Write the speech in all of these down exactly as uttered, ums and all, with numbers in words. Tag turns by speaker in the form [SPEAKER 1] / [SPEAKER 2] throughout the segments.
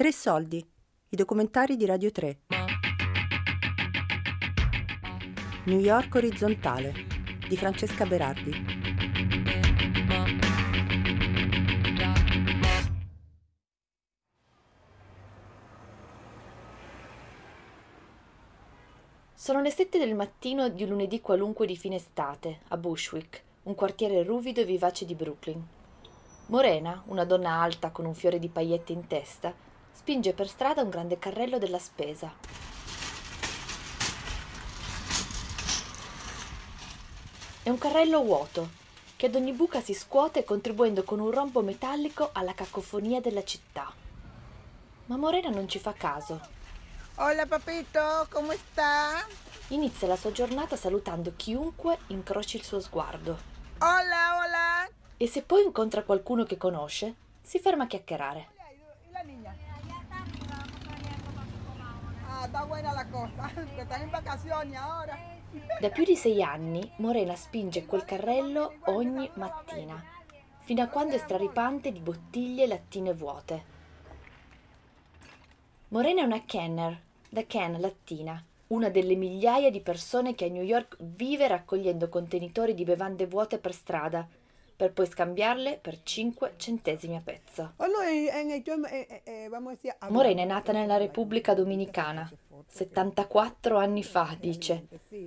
[SPEAKER 1] Tre soldi, i documentari di Radio tre. New York orizzontale, di Francesca Berardi.
[SPEAKER 2] Sono le sette del mattino di un lunedì qualunque di fine estate, a Bushwick, un quartiere ruvido e vivace di Brooklyn. Morena, una donna alta con un fiore di paillette in testa, spinge per strada un grande carrello della spesa. È un carrello vuoto, che ad ogni buca si scuote contribuendo con un rombo metallico alla cacofonia della città. Ma Morena non ci fa caso.
[SPEAKER 3] Hola papito, come sta?
[SPEAKER 2] Inizia la sua giornata salutando chiunque incroci il suo sguardo.
[SPEAKER 3] Hola, hola.
[SPEAKER 2] E se poi incontra qualcuno che conosce, si ferma a chiacchierare.
[SPEAKER 3] ¿Y la niña? Ah, está buena la cosa, que están in vacazioni ora.
[SPEAKER 2] Da più di sei anni Morena spinge quel carrello ogni mattina, fino a quando è straripante di bottiglie e lattine vuote. Morena è una canner, da can lattina, una delle migliaia di persone che a New York vive raccogliendo contenitori di bevande vuote per strada, per poi scambiarle per cinque centesimi a pezzo. Morena è nata nella Repubblica Dominicana, settantaquattro anni fa, dice.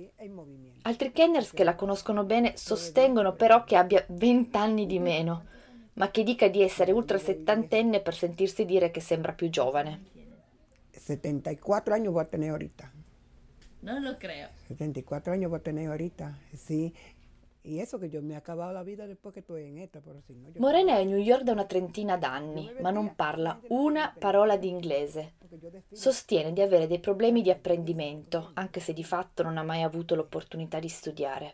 [SPEAKER 2] Altri kenners che la conoscono bene sostengono però che abbia venti anni di meno, ma che dica di essere ultra settantenne per sentirsi dire che sembra più giovane.
[SPEAKER 3] settantaquattro anni voy a tener ahorita.
[SPEAKER 2] Non lo creo.
[SPEAKER 3] settantaquattro anni voy a tener ahorita, sí. Y eso que yo me he acabado la vida después que estoy en esta, pero si no yo...
[SPEAKER 2] Morena è a New York da una trentina d'anni, ma non parla una parola di inglese. Sostiene di avere dei problemi di apprendimento, anche se di fatto non ha mai avuto l'opportunità di studiare.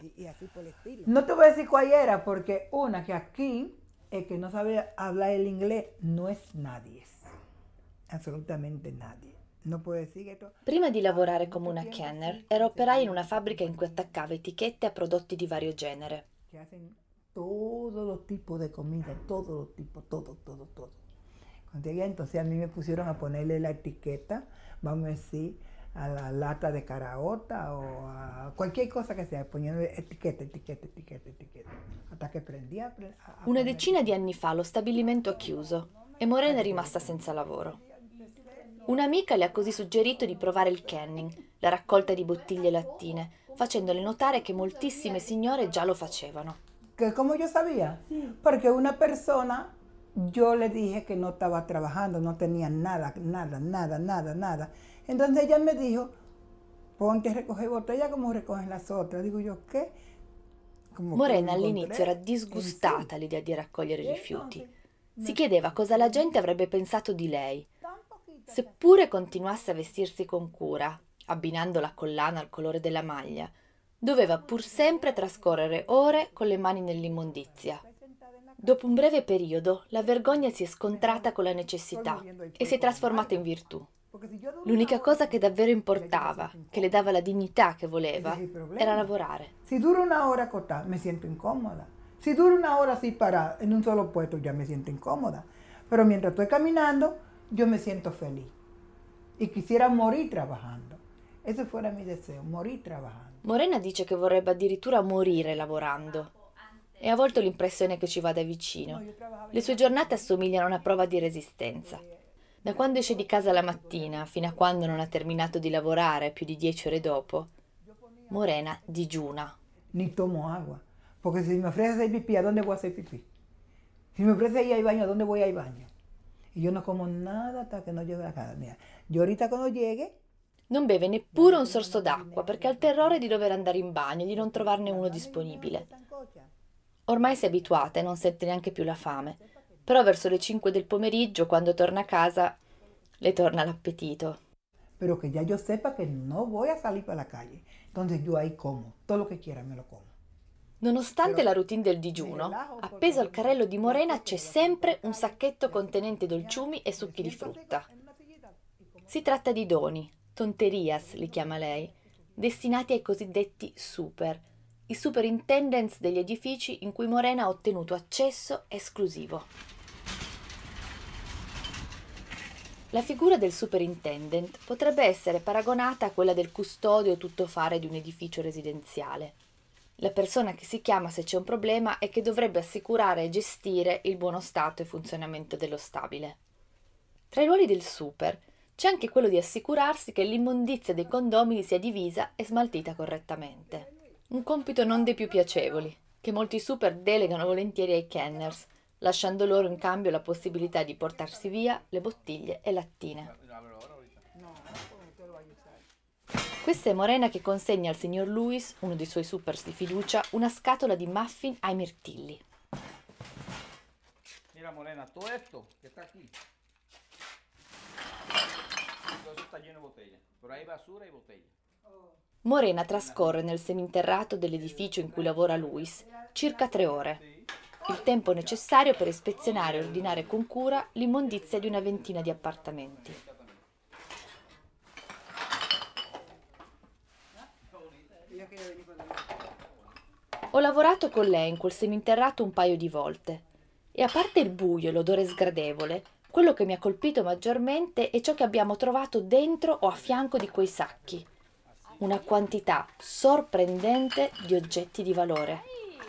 [SPEAKER 3] No te voy a decir cuál era, porque una que aquí, el que no sabe hablar el inglés, no es nadie. Assolutamente nadie. No può decir che to...
[SPEAKER 2] Prima di lavorare come una canner, era operaia in una fabbrica in cui attaccava etichette a prodotti di vario genere.
[SPEAKER 3] Che hacen todos los tipos de comida, todos los tipos, todo, todo, todo. Cuando llegué, entonces a mí me pusieron a ponerle la etiqueta, vamos a decir, a la lata de caraota o a cualquier cosa que sea, poniendo etiqueta, etiqueta, etiqueta, etiqueta, hasta che prendía. A
[SPEAKER 2] Una decina di anni fa lo stabilimento ha chiuso e Morena è rimasta senza lavoro. Un'amica le ha così suggerito di provare il canning, la raccolta di bottiglie lattine, facendole notare che moltissime signore già lo facevano.
[SPEAKER 3] Que como yo sabía, sí. Porque una persona, yo le dije que no estaba trabajando, no tenía nada, nada, nada, nada, nada. Entonces ella me dijo, ponte a recoger botella como recogen las otras. Digo yo, ¿qué? Como
[SPEAKER 2] Morena all'inizio era disgustata all'idea di raccogliere rifiuti. Si chiedeva cosa la gente avrebbe pensato di lei. Seppure continuasse a vestirsi con cura, abbinando la collana al colore della maglia, doveva pur sempre trascorrere ore con le mani nell'immondizia. Dopo un breve periodo, la vergogna si è scontrata con la necessità e si è trasformata in virtù. L'unica cosa che davvero importava, che le dava la dignità che voleva, era lavorare.
[SPEAKER 3] Se duro una ora acostada, me siento incomoda. Se duro una ora así parada en un solo puesto, ya me siento incómoda. Pero mientras estoy caminando, yo me siento feliz. Y quisiera morir trabajando. Ese fuera mi deseo, morir trabajando.
[SPEAKER 2] Morena dice che vorrebbe addirittura morire lavorando. E a volte ho l'impressione che ci vada vicino. Le sue giornate assomigliano a una prova di resistenza. Da quando esce di casa la mattina fino a quando non ha terminato di lavorare più di dieci ore dopo, Morena digiuna.
[SPEAKER 3] Ni tomo agua. Porque si me ofrece hacer pipí, ¿a dónde voy a hacer pipí? Si me ofrece ir al baño, ¿a dónde voy al baño? Y yo no como nada hasta que no llegue a casa. Mira, yo ahorita cuando llegue...
[SPEAKER 2] Non beve neppure un sorso d'acqua perché ha il terrore di dover andare in bagno e di non trovarne uno disponibile. Ormai si è abituata e non sente neanche più la fame, però verso le cinque del pomeriggio, quando torna a casa, le torna l'appetito.
[SPEAKER 3] Pero que ya yo sepa que no voy a salir para la calle. Entonces yo ahí como, todo lo que quiera me lo como.
[SPEAKER 2] Nonostante la routine del digiuno, appeso al carrello di Morena c'è sempre un sacchetto contenente dolciumi e succhi di frutta. Si tratta di doni, tonterias li chiama lei, destinati ai cosiddetti super, i superintendents degli edifici in cui Morena ha ottenuto accesso esclusivo. La figura del superintendent potrebbe essere paragonata a quella del custode o tuttofare di un edificio residenziale. La persona che si chiama se c'è un problema e che dovrebbe assicurare e gestire il buono stato e funzionamento dello stabile. Tra i ruoli del super c'è anche quello di assicurarsi che l'immondizia dei condomini sia divisa e smaltita correttamente. Un compito non dei più piacevoli, che molti super delegano volentieri ai kenners, lasciando loro in cambio la possibilità di portarsi via le bottiglie e lattine. Questa è Morena che consegna al signor Lewis, uno dei suoi supers di fiducia, una scatola di muffin ai mirtilli.
[SPEAKER 4] Mira Morena, todo esto que está aquí, todo eso está lleno de botella, pero hay basura y botella.
[SPEAKER 2] Morena trascorre nel seminterrato dell'edificio in cui lavora Lewis circa tre ore, il tempo necessario per ispezionare e ordinare con cura l'immondizia di una ventina di appartamenti. Ho lavorato con lei in quel seminterrato un paio di volte e a parte il buio e l'odore sgradevole, quello che mi ha colpito maggiormente è ciò che abbiamo trovato dentro o a fianco di quei sacchi. Una quantità sorprendente di oggetti di valore.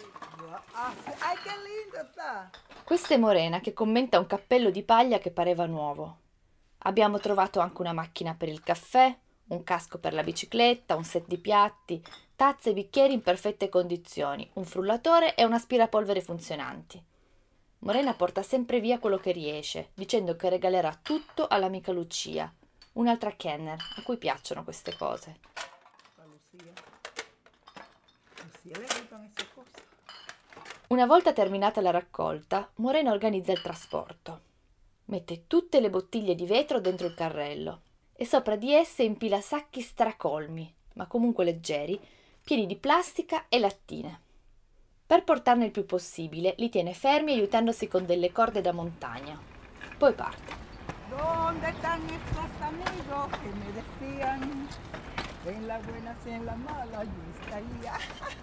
[SPEAKER 2] Questa è Morena che commenta un cappello di paglia che pareva nuovo. Abbiamo trovato anche una macchina per il caffè, un casco per la bicicletta, un set di piatti, tazze e bicchieri in perfette condizioni, un frullatore e un aspirapolvere funzionanti. Morena porta sempre via quello che riesce, dicendo che regalerà tutto all'amica Lucia, un'altra kenner a cui piacciono queste cose. Una volta terminata la raccolta, Morena organizza il trasporto. Mette tutte le bottiglie di vetro dentro il carrello e sopra di esse impila sacchi stracolmi, ma comunque leggeri, pieni di plastica e lattine. Per portarne il più possibile, li tiene fermi aiutandosi con delle corde da montagna. Poi parte.
[SPEAKER 3] ¿Dónde están estos amigos que me decían en la buena y en la mala yo estaría?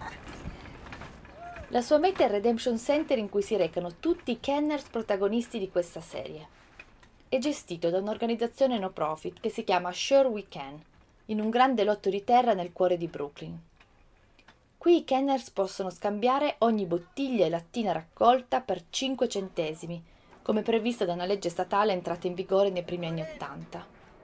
[SPEAKER 2] La sua meta è il Redemption Center in cui si recano tutti i kenners protagonisti di questa serie. È gestito da un'organizzazione no profit che si chiama Sure We Can, in un grande lotto di terra nel cuore di Brooklyn. Qui i kenners possono scambiare ogni bottiglia e lattina raccolta per cinque centesimi, come previsto da una legge statale entrata in vigore nei primi anni Ottanta.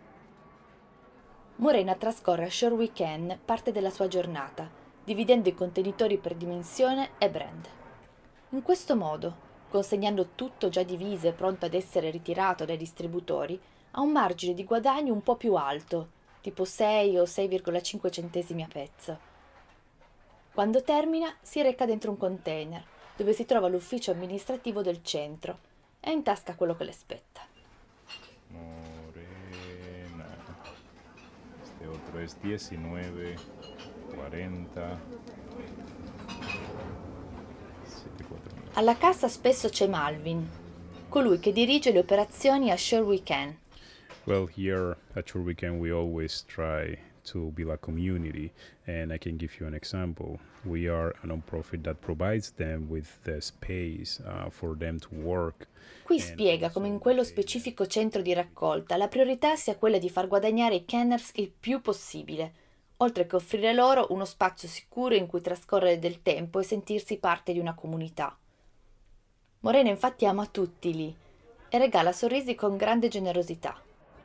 [SPEAKER 2] Morena trascorre a Sure We Can parte della sua giornata, dividendo i contenitori per dimensione e brand. In questo modo, consegnando tutto già diviso e pronto ad essere ritirato dai distributori, ha un margine di guadagno un po' più alto, tipo sei o sei virgola cinque centesimi a pezzo. Quando termina, si reca dentro un container, dove si trova l'ufficio amministrativo del centro, e in tasca quello che le spetta.
[SPEAKER 5] Morena. Este otro es diecinueve, quaranta.
[SPEAKER 2] Alla cassa spesso c'è Malvin, colui che dirige le operazioni a Sure We Can.
[SPEAKER 5] Well, here at Sure We Can we always try to build a community, and I can give you an example. We are a non-profit that provides them with the space uh, for them to work.
[SPEAKER 2] Qui spiega come in quello specifico centro di raccolta la priorità sia quella di far guadagnare i kenners il più possibile, oltre che offrire loro uno spazio sicuro in cui trascorrere del tempo e sentirsi parte di una comunità. Morena infatti ama tutti lì e regala sorrisi con grande generosità.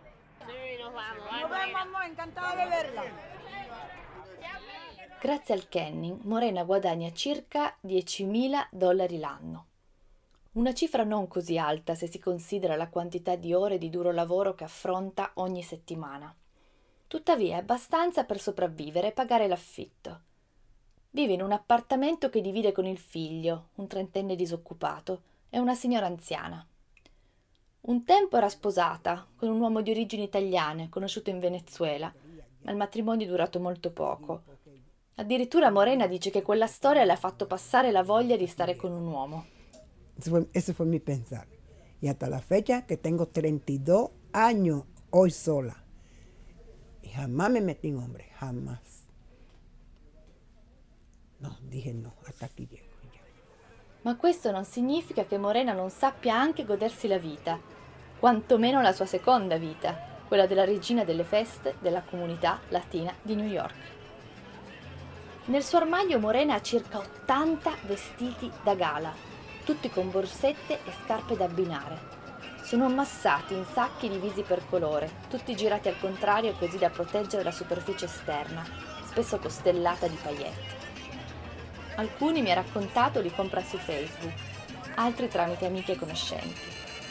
[SPEAKER 2] Grazie al kenning, Morena guadagna circa diecimila dollari l'anno. Una cifra non così alta se si considera la quantità di ore di duro lavoro che affronta ogni settimana. Tuttavia è abbastanza per sopravvivere e pagare l'affitto. Vive in un appartamento che divide con il figlio, un trentenne disoccupato, e una signora anziana. Un tempo era sposata con un uomo di origini italiane, conosciuto in Venezuela, ma il matrimonio è durato molto poco. Addirittura Morena dice che quella storia le ha fatto passare la voglia di stare con un uomo.
[SPEAKER 3] Ese fue mi pensar. Y hasta la fecha que tengo treinta y dos años hoy sola. Y jamás me metí en hombre, jamás. No, dije no, hasta aquí llego.
[SPEAKER 2] Ma questo non significa che Morena non sappia anche godersi la vita. quantomeno la sua seconda vita, quella della regina delle feste della comunità latina di New York. Nel suo armadio Morena ha circa ottanta vestiti da gala, tutti con borsette e scarpe da abbinare. Sono ammassati in sacchi divisi per colore, tutti girati al contrario così da proteggere la superficie esterna, spesso costellata di paillette. Alcuni, mi ha raccontato, li compra su Facebook, altri tramite amiche e conoscenti.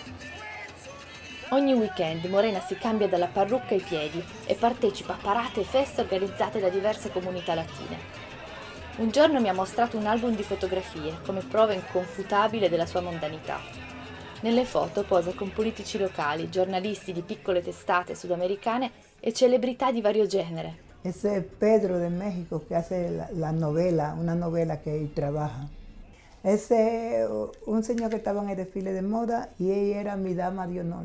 [SPEAKER 2] Ogni weekend Morena si cambia dalla parrucca ai piedi e partecipa a parate e feste organizzate da diverse comunità latine. Un giorno mi ha mostrato un album di fotografie come prova inconfutabile della sua mondanità. Nelle foto posa con politici locali, giornalisti di piccole testate sudamericane e celebrità di vario genere.
[SPEAKER 3] Ese es Pedro de México que hace la, la novela, una novela que él trabaja. Ese un señor que estaba en el desfile de moda y ella era mi dama de honor.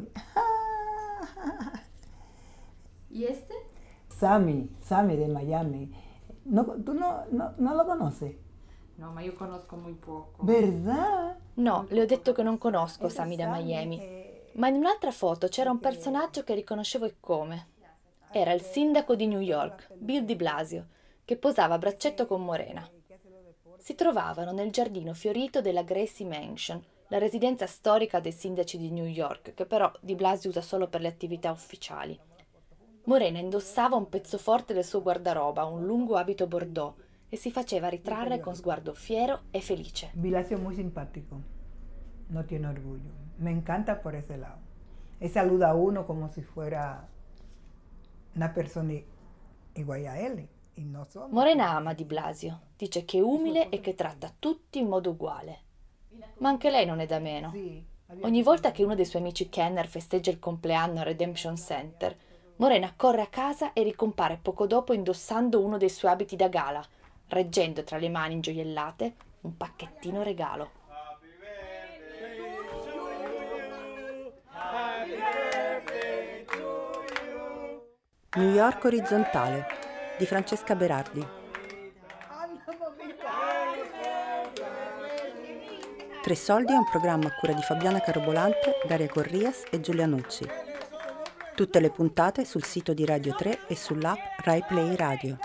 [SPEAKER 2] ¿Y este?
[SPEAKER 3] Sammy, Sammy de Miami. No, ¿Tú no, no, no lo conoces?
[SPEAKER 6] No, ma io conosco muy poco.
[SPEAKER 3] ¿Verdad?
[SPEAKER 2] No, le ho detto che non conosco Sammy da Miami, ma in un'altra foto c'era un personaggio che riconoscevo e come. Era il sindaco di New York, Bill de Blasio, che posava a braccetto con Morena. Si trovavano nel giardino fiorito della Gracie Mansion, la residenza storica dei sindaci di New York, che però de Blasio usa solo per le attività ufficiali. Morena indossava un pezzo forte del suo guardaroba, un lungo abito bordeaux, e si faceva ritrarre con sguardo fiero e felice.
[SPEAKER 3] Blasio es muy simpático, no tiene orgullo. Me encanta por ese lado. Él saluda a uno como si fuera una persona igual a él. Y no somos.
[SPEAKER 2] Morena ama de Blasio, dice che è umile e che tratta tutti in modo uguale. Ma anche lei non è da meno. Ogni volta che uno dei suoi amici Kenner festeggia il compleanno al Redemption Center, Morena corre a casa e ricompare poco dopo indossando uno dei suoi abiti da gala, reggendo tra le mani ingioiellate un pacchettino regalo.
[SPEAKER 1] New York orizzontale di Francesca Berardi. Tre soldi è un programma a cura di Fabiana Carobolante, Daria Corrias e Giulia Nucci. Tutte le puntate sul sito di Radio tre e sull'app Rai Play Radio.